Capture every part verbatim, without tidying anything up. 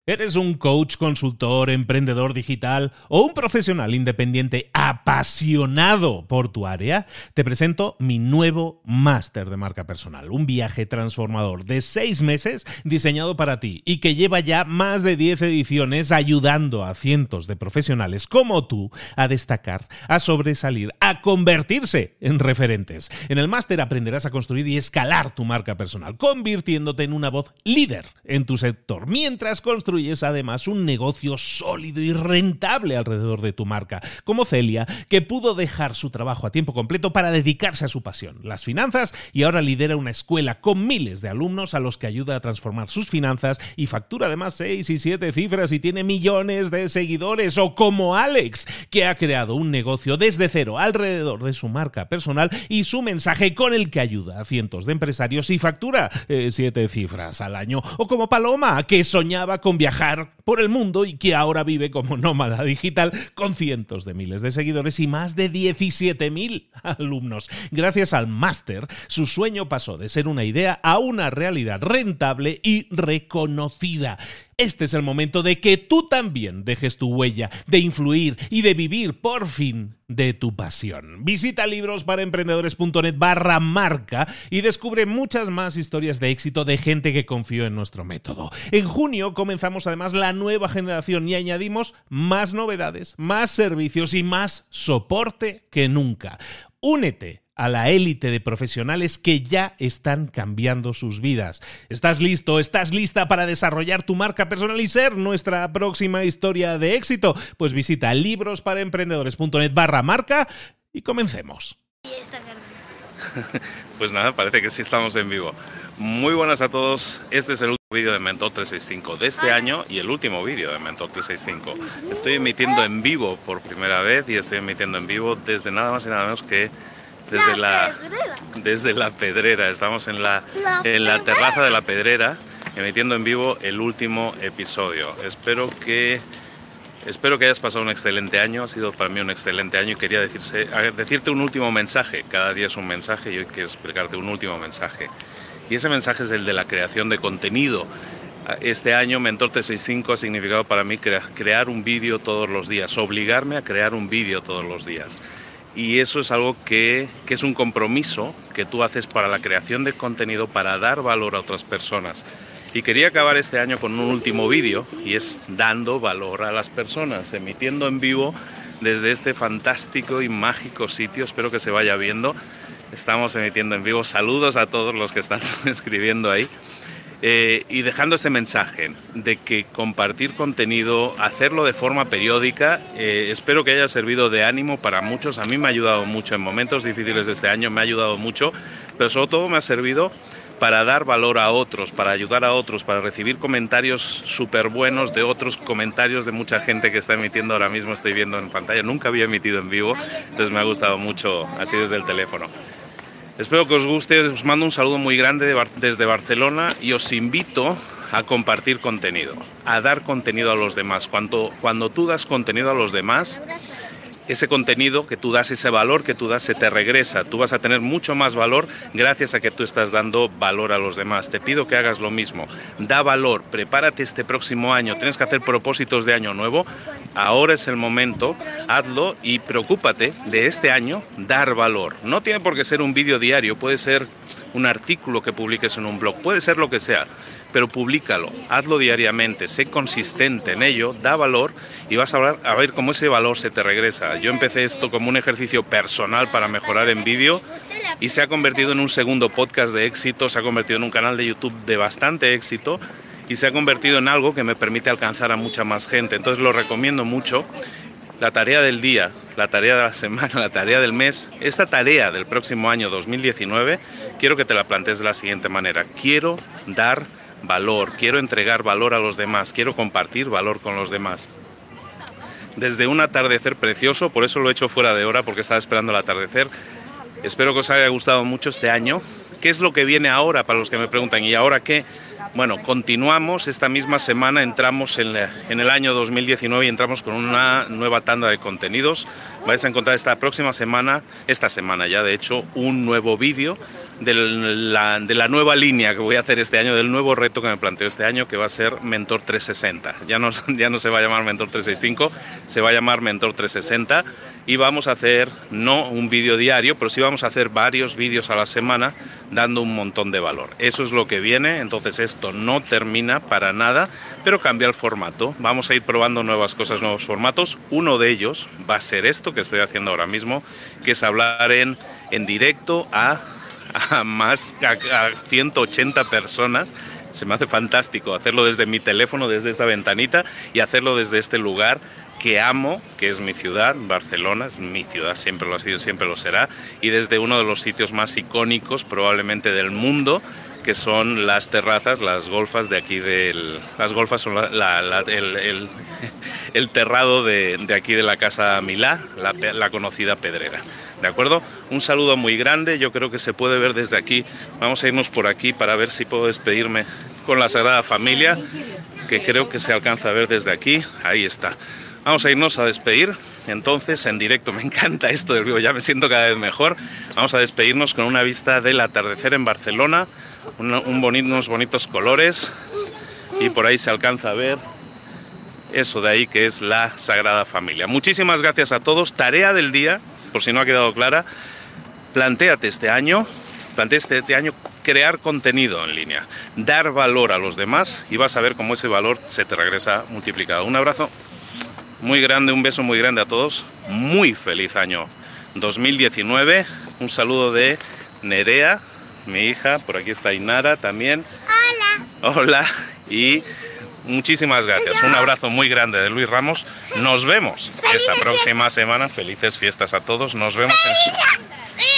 ¿Eres un coach, consultor, emprendedor digital o un profesional independiente apasionado por tu área? Te presento mi nuevo máster de marca personal, un viaje transformador de seis meses diseñado para ti y que lleva ya más de diez ediciones ayudando a cientos de profesionales como tú a destacar, a sobresalir, a convertirse en referentes. En el máster aprenderás a construir y escalar tu marca personal, convirtiéndote en una voz líder en tu sector, mientras construyes además un negocio sólido y rentable alrededor de tu marca, como Celia, que pudo dejar su trabajo a tiempo completo para dedicarse a su pasión, las finanzas, y ahora lidera una escuela con miles de alumnos a los que ayuda a transformar sus finanzas y factura además seis y siete cifras y tiene millones de seguidores. O como Alex, que ha creado un negocio desde cero alrededor de su marca personal y su mensaje, con el que ayuda a cientos de empresarios y factura eh, siete cifras al año. O como Paloma, que soñaba con viajar por el mundo y que ahora vive como nómada digital con cientos de miles de seguidores y más de diecisiete mil alumnos. Gracias al máster, su sueño pasó de ser una idea a una realidad rentable y reconocida. Este es el momento de que tú también dejes tu huella, de influir y de vivir por fin de tu pasión. Visita librosparaemprendedores.net barra marca y descubre muchas más historias de éxito de gente que confió en nuestro método. En junio comenzamos además la nueva generación y añadimos más novedades, más servicios y más soporte que nunca. Únete a la élite de profesionales que ya están cambiando sus vidas. ¿Estás listo? ¿Estás lista para desarrollar tu marca personal y ser nuestra próxima historia de éxito? Pues visita librosparaemprendedores.net barra marca y comencemos. Pues nada, parece que sí estamos en vivo. Muy buenas a todos. Este es el último vídeo de Mentor trescientos sesenta y cinco de este año y el último vídeo de Mentor trescientos sesenta y cinco. Estoy emitiendo en vivo por primera vez y estoy emitiendo en vivo desde nada más y nada menos que desde la, desde la Pedrera. Estamos en la, en la terraza de la Pedrera emitiendo en vivo el último episodio. Espero que... Espero que hayas pasado un excelente año, ha sido para mí un excelente año y quería decirse, decirte un último mensaje. Cada día es un mensaje y hoy quiero explicarte un último mensaje. Y ese mensaje es el de la creación de contenido. Este año Mentor trescientos sesenta y cinco ha significado para mí crea, crear un vídeo todos los días, obligarme a crear un vídeo todos los días. Y eso es algo que, que es un compromiso que tú haces para la creación de contenido, para dar valor a otras personas. Y quería acabar este año con un último vídeo y es dando valor a las personas, emitiendo en vivo desde este fantástico y mágico sitio. Espero que se vaya viendo. Estamos emitiendo en vivo. Saludos a todos los que están escribiendo ahí. Eh, y dejando este mensaje de que compartir contenido, hacerlo de forma periódica, eh, espero que haya servido de ánimo para muchos. A mí me ha ayudado mucho en momentos difíciles de este año, me ha ayudado mucho, pero sobre todo me ha servido para dar valor a otros, para ayudar a otros, para recibir comentarios súper buenos de otros, comentarios de mucha gente que está emitiendo ahora mismo, estoy viendo en pantalla. Nunca había emitido en vivo, entonces me ha gustado mucho así desde el teléfono. Espero que os guste, os mando un saludo muy grande de Bar- desde Barcelona y os invito a compartir contenido, a dar contenido a los demás. Cuando, cuando tú das contenido a los demás, ese contenido que tú das, ese valor que tú das, se te regresa. Tú vas a tener mucho más valor gracias a que tú estás dando valor a los demás. Te pido que hagas lo mismo. Da valor, prepárate este próximo año. Tienes que hacer propósitos de año nuevo. Ahora es el momento, hazlo y preocúpate de este año dar valor. No tiene por qué ser un vídeo diario, puede ser un artículo que publiques en un blog, puede ser lo que sea, pero públicalo, hazlo diariamente, sé consistente en ello, da valor y vas a ver, a ver cómo ese valor se te regresa. Yo empecé esto como un ejercicio personal para mejorar en vídeo y se ha convertido en un segundo podcast de éxito, se ha convertido en un canal de YouTube de bastante éxito y se ha convertido en algo que me permite alcanzar a mucha más gente. Entonces lo recomiendo mucho. La tarea del día, la tarea de la semana, la tarea del mes, esta tarea del próximo año dos mil diecinueve, quiero que te la plantees de la siguiente manera. Quiero dar valor, quiero entregar valor a los demás, quiero compartir valor con los demás. Desde un atardecer precioso, por eso lo he hecho fuera de hora, porque estaba esperando el atardecer. Espero que os haya gustado mucho este año. ¿Qué es lo que viene ahora para los que me preguntan? ¿Y ahora qué? Bueno, continuamos esta misma semana, entramos en, la, en el año dos mil diecinueve y entramos con una nueva tanda de contenidos. Vais a encontrar esta próxima semana, esta semana ya de hecho, un nuevo vídeo de la, de la nueva línea que voy a hacer este año, del nuevo reto que me planteo este año, que va a ser Mentor trescientos sesenta. Ya no, ya no se va a llamar Mentor trescientos sesenta y cinco, se va a llamar Mentor trescientos sesenta y vamos a hacer no un vídeo diario, pero sí vamos a hacer varios vídeos a la semana dando un montón de valor. Eso es lo que viene, entonces esto no termina para nada, pero cambia el formato. Vamos a ir probando nuevas cosas, nuevos formatos. Uno de ellos va a ser esto que estoy haciendo ahora mismo, que es hablar en, en directo a... a más a, a ciento ochenta personas. Se me hace fantástico hacerlo desde mi teléfono, desde esta ventanita, y hacerlo desde este lugar que amo, que es mi ciudad, Barcelona, es mi ciudad, siempre lo ha sido, siempre lo será, y desde uno de los sitios más icónicos probablemente del mundo, que son las terrazas, las golfas de aquí del... Las golfas son la, la, la, el, el, el terrado de, de aquí de la Casa Milá, la, la conocida Pedrera. ¿De acuerdo? Un saludo muy grande, yo creo que se puede ver desde aquí. Vamos a irnos por aquí para ver si puedo despedirme con la Sagrada Familia, que creo que se alcanza a ver desde aquí. Ahí está. Vamos a irnos a despedir, entonces, en directo. Me encanta esto del vivo, ya me siento cada vez mejor. Vamos a despedirnos con una vista del atardecer en Barcelona, un, un bonito, unos bonitos colores, y por ahí se alcanza a ver eso de ahí que es la Sagrada Familia. Muchísimas gracias a todos. Tarea del día, por si no ha quedado clara, plantéate este año, plantéate este año crear contenido en línea, dar valor a los demás y vas a ver cómo ese valor se te regresa multiplicado. Un abrazo muy grande, un beso muy grande a todos, muy feliz año dos mil diecinueve, un saludo de Nerea, mi hija, por aquí está Inara también. Hola. Hola, y muchísimas gracias, un abrazo muy grande de Luis Ramos, nos vemos esta próxima semana, felices fiestas a todos, nos vemos en...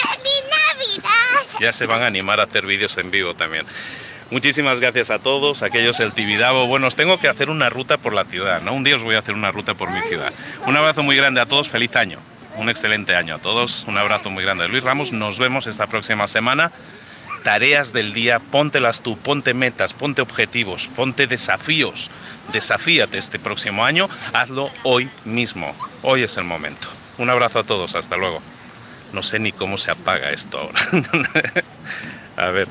Ya se van a animar a hacer vídeos en vivo también. Muchísimas gracias a todos, aquellos del Tibidabo. Bueno, os tengo que hacer una ruta por la ciudad, ¿no? Un día os voy a hacer una ruta por mi ciudad. Un abrazo muy grande a todos, feliz año, un excelente año a todos. Un abrazo muy grande de Luis Ramos, nos vemos esta próxima semana. Tareas del día, póntelas tú, ponte metas, ponte objetivos, ponte desafíos. Desafíate este próximo año, hazlo hoy mismo. Hoy es el momento. Un abrazo a todos, hasta luego. No sé ni cómo se apaga esto ahora. A ver.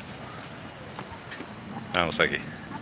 Vamos aquí.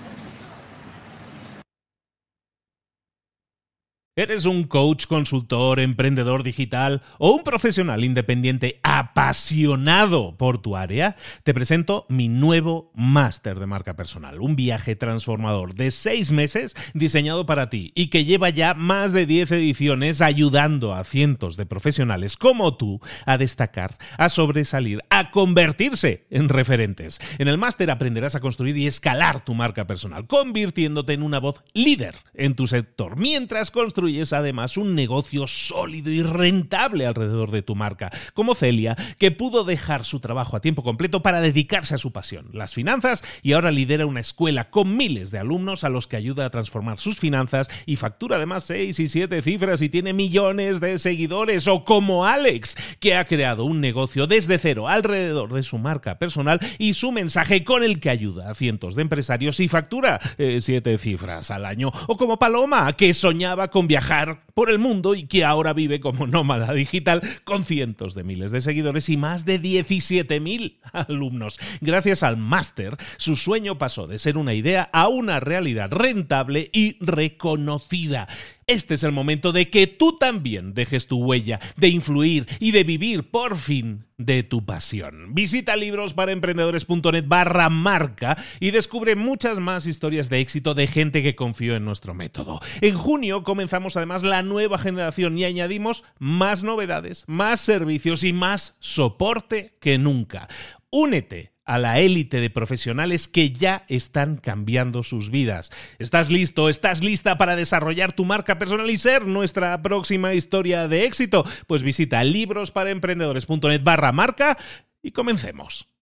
¿Eres un coach, consultor, emprendedor digital o un profesional independiente apasionado por tu área? Te presento mi nuevo máster de marca personal, un viaje transformador de seis meses diseñado para ti y que lleva ya más de diez ediciones ayudando a cientos de profesionales como tú a destacar, a sobresalir, a convertirse en referentes. En el máster aprenderás a construir y escalar tu marca personal, convirtiéndote en una voz líder en tu sector, mientras construyes además un negocio sólido y rentable alrededor de tu marca, como Celia, que pudo dejar su trabajo a tiempo completo para dedicarse a su pasión, las finanzas, y ahora lidera una escuela con miles de alumnos a los que ayuda a transformar sus finanzas y factura además seis y siete cifras y tiene millones de seguidores, o como Alex, que ha creado un negocio desde cero alrededor de su marca personal y su mensaje, con el que ayuda a cientos de empresarios y factura eh, siete cifras al año, o como Paloma, que soñaba con viajar por el mundo y que ahora vive como nómada digital con cientos de miles de seguidores y más de diecisiete mil alumnos. Gracias al máster, su sueño pasó de ser una idea a una realidad rentable y reconocida. Este es el momento de que tú también dejes tu huella, de influir y de vivir por fin de tu pasión. Visita librosparaemprendedores.net barra marca y descubre muchas más historias de éxito de gente que confió en nuestro método. En junio comenzamos además la nueva generación y añadimos más novedades, más servicios y más soporte que nunca. Únete a la élite de profesionales que ya están cambiando sus vidas. ¿Estás listo? ¿Estás lista para desarrollar tu marca personal y ser nuestra próxima historia de éxito? Pues visita librosparaemprendedores.net barra marca y comencemos.